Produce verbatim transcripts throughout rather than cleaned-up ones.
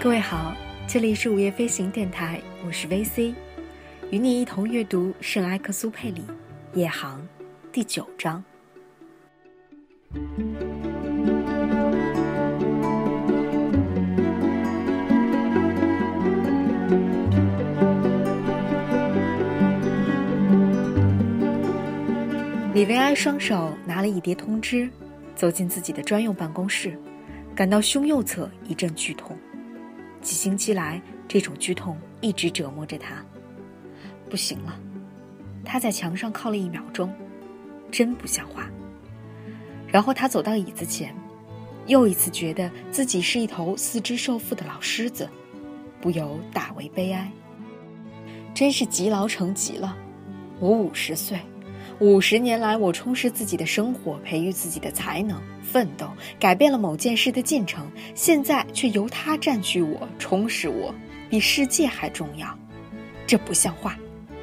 各位好，这里是午夜飞行电台，我是 V C， 与你一同阅读圣埃克苏佩里《夜航》第九章。李维埃双手拿了一叠通知，走进自己的专用办公室，感到胸右侧一阵剧痛。几星期来，这种剧痛一直折磨着他。不行了，他在墙上靠了一秒钟，真不像话。然后他走到椅子前，又一次觉得自己是一头四肢受缚的老狮子，不由大为悲哀。真是积劳成疾了。我五十岁，五十年来我充实自己的生活，培育自己的才能，奋斗，改变了某件事的进程，现在却由他占据我，充实我，比世界还重要，这不像话。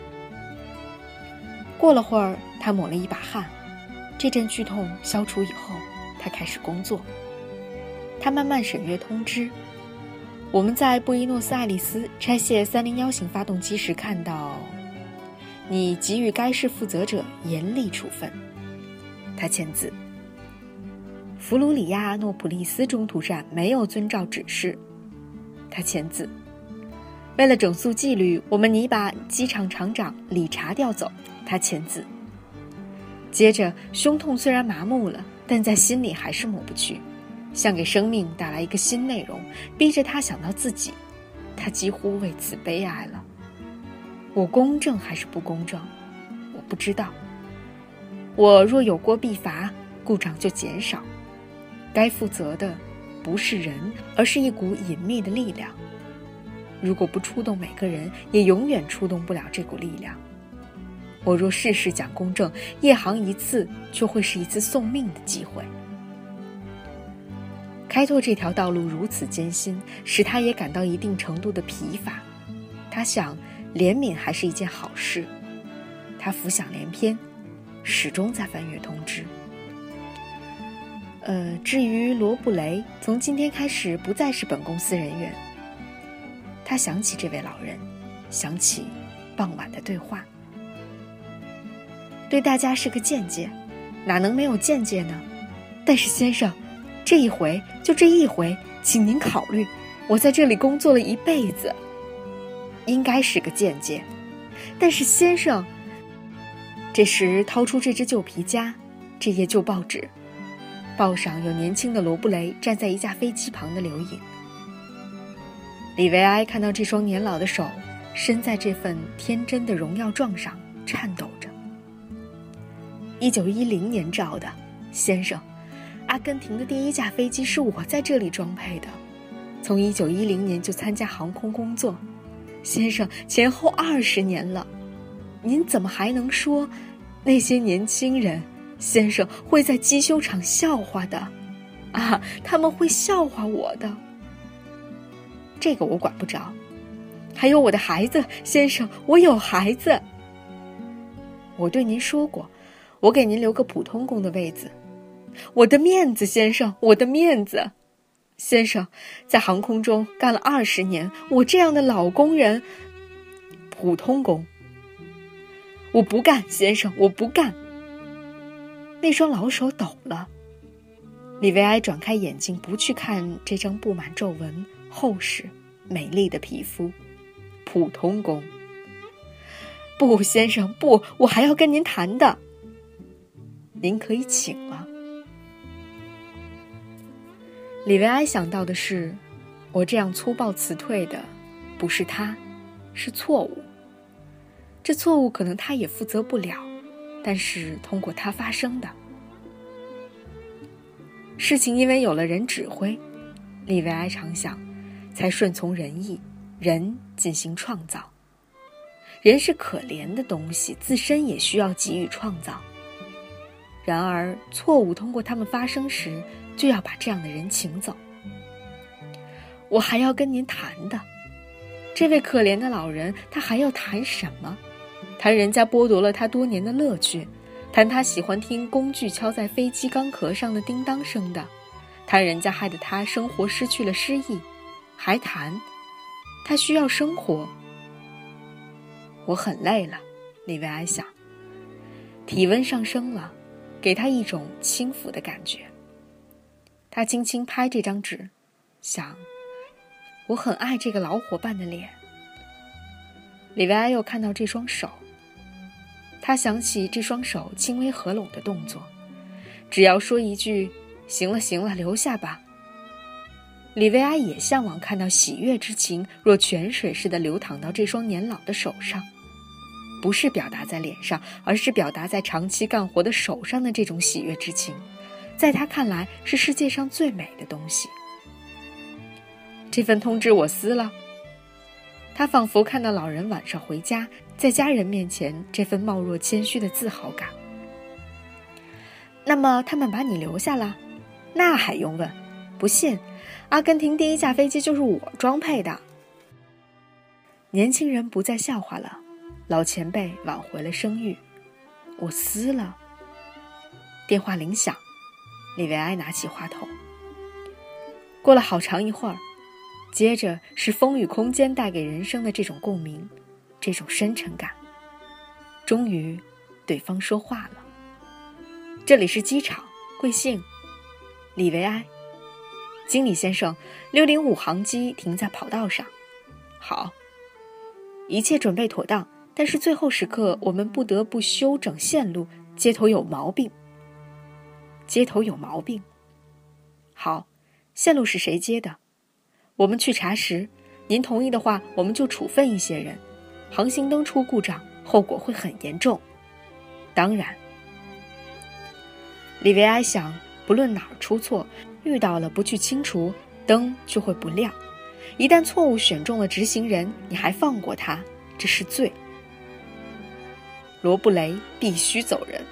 过了会儿，他抹了一把汗，这阵剧痛消除以后，他开始工作。他慢慢审阅通知。我们在布宜诺斯艾利斯拆卸三零一型发动机时看到，你给予该市负责者严厉处分。他签字。弗鲁里亚诺普利斯中途站没有遵照指示。他签字。为了整肃纪律，我们拟把机场厂长理查调走。他签字。接着，胸痛虽然麻木了，但在心里还是抹不去，像给生命带来一个新内容，逼着他想到自己。他几乎为此悲哀了。我公正还是不公正？我不知道。我若有过必罚，故障就减少。该负责的不是人，而是一股隐秘的力量。如果不触动每个人，也永远触动不了这股力量。我若事事讲公正，夜航一次却会是一次送命的机会。开拓这条道路如此艰辛，使他也感到一定程度的疲乏。他想，怜悯还是一件好事。他浮想联翩，始终在翻阅通知。呃，至于罗布雷，从今天开始不再是本公司人员。他想起这位老人，想起傍晚的对话。对大家是个见解，哪能没有见解呢？但是先生，这一回就这一回，请您考虑，我在这里工作了一辈子。应该是个见解，但是先生，这时掏出这只旧皮夹，这页旧报纸，报上有年轻的罗布雷站在一架飞机旁的留影。李维埃看到这双年老的手伸在这份天真的荣耀状上，颤抖着。一九一零年造的，先生，阿根廷的第一架飞机是我在这里装配的，从一九一零年就参加航空工作。先生，前后二十年了，您怎么还能说那些年轻人，先生，会在机修厂笑话的？啊，他们会笑话我的。这个我管不着。还有我的孩子，先生，我有孩子。我对您说过，我给您留个普通工的位子。我的面子，先生，我的面子。先生，在航空中干了二十年，我这样的老工人，普通工，我不干，先生，我不干。那双老手抖了。李维埃转开眼睛，不去看这张布满皱纹、厚实、美丽的皮肤。普通工。不，先生，不，我还要跟您谈的。您可以请了。李维埃想到的是，我这样粗暴辞退的不是他，是错误。这错误可能他也负责不了，但是通过他发生的。事情因为有了人指挥，李维埃常想，才顺从人意，人进行创造。人是可怜的东西，自身也需要给予创造。然而错误通过他们发生时，就要把这样的人请走。我还要跟您谈的，这位可怜的老人，他还要谈什么？谈人家剥夺了他多年的乐趣，谈他喜欢听工具敲在飞机钢壳上的叮当声的，谈人家害得他生活失去了诗意， 还谈，他需要生活。我很累了，李维埃想。体温上升了，给他一种轻浮的感觉。他轻轻拍这张纸，想，我很爱这个老伙伴的脸。李维埃又看到这双手，他想起这双手轻微合拢的动作，只要说一句行了行了，留下吧。李维埃也向往看到喜悦之情若泉水似的流淌到这双年老的手上，不是表达在脸上，而是表达在长期干活的手上的这种喜悦之情，在他看来是世界上最美的东西。这份通知我撕了。他仿佛看到老人晚上回家，在家人面前这份貌若谦虚的自豪感。那么他们把你留下了？那还用问？不信，阿根廷第一架飞机就是我装配的。年轻人不再笑话了，老前辈挽回了声誉。我撕了。电话铃响，李维埃拿起话筒。过了好长一会儿，接着是风与空间带给人生的这种共鸣，这种深沉感。终于对方说话了。这里是机场，贵姓？李维埃。经理先生，六零五航机停在跑道上。好，一切准备妥当，但是最后时刻我们不得不修整线路，接头有毛病。接头有毛病。好，线路是谁接的？我们去查实，您同意的话，我们就处分一些人。航行灯出故障，后果会很严重。当然。李维埃想，不论哪儿出错，遇到了不去清除，灯就会不亮。一旦错误选中了执行人，你还放过他，这是罪。罗布雷必须走人。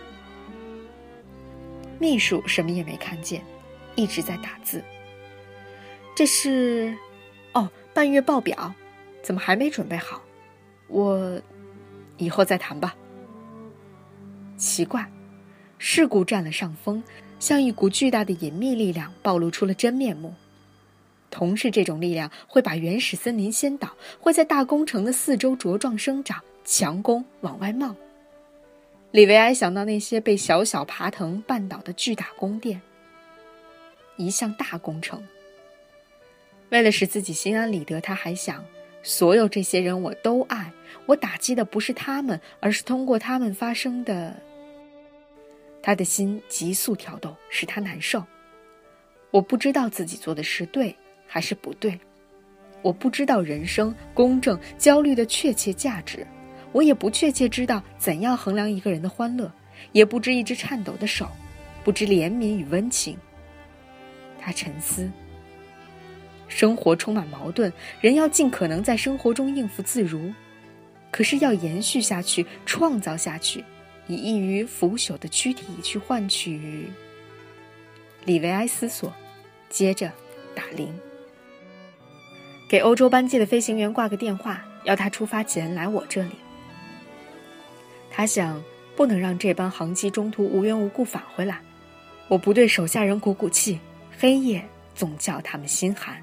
秘书什么也没看见，一直在打字。这是……哦，半月报表，怎么还没准备好？我以后再谈吧。奇怪，事故占了上风，像一股巨大的隐秘力量暴露出了真面目。同是这种力量会把原始森林掀倒，会在大工程的四周茁壮生长，强弓往外冒。李维埃想到那些被小小爬藤绊倒的巨大宫殿，一项大工程。为了使自己心安理得，他还想，所有这些人我都爱，我打击的不是他们，而是通过他们发生的……他的心急速跳动，使他难受。我不知道自己做的事对还是不对，我不知道人生、公正、焦虑的确切价值，我也不确切知道怎样衡量一个人的欢乐，也不知一只颤抖的手，不知怜悯与温情。他沉思。生活充满矛盾，人要尽可能在生活中应付自如，可是要延续下去，创造下去，以易于腐朽的躯体去换取……李维埃思索，接着打铃。给欧洲班机的飞行员挂个电话，要他出发前来我这里。他想，不能让这班航机中途无缘无故返回来。我不对手下人鼓鼓气，黑夜总叫他们心寒。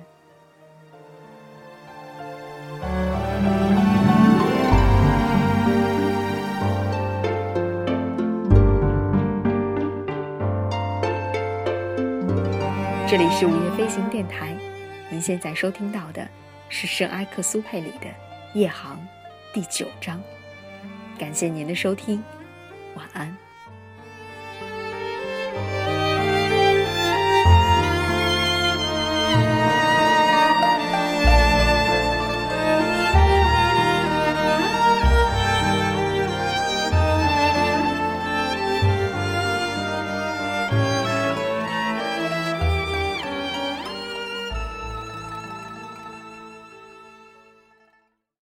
这里是午夜飞行电台，您现在收听到的是圣埃克苏佩里的夜航第九章。感谢您的收听，晚安。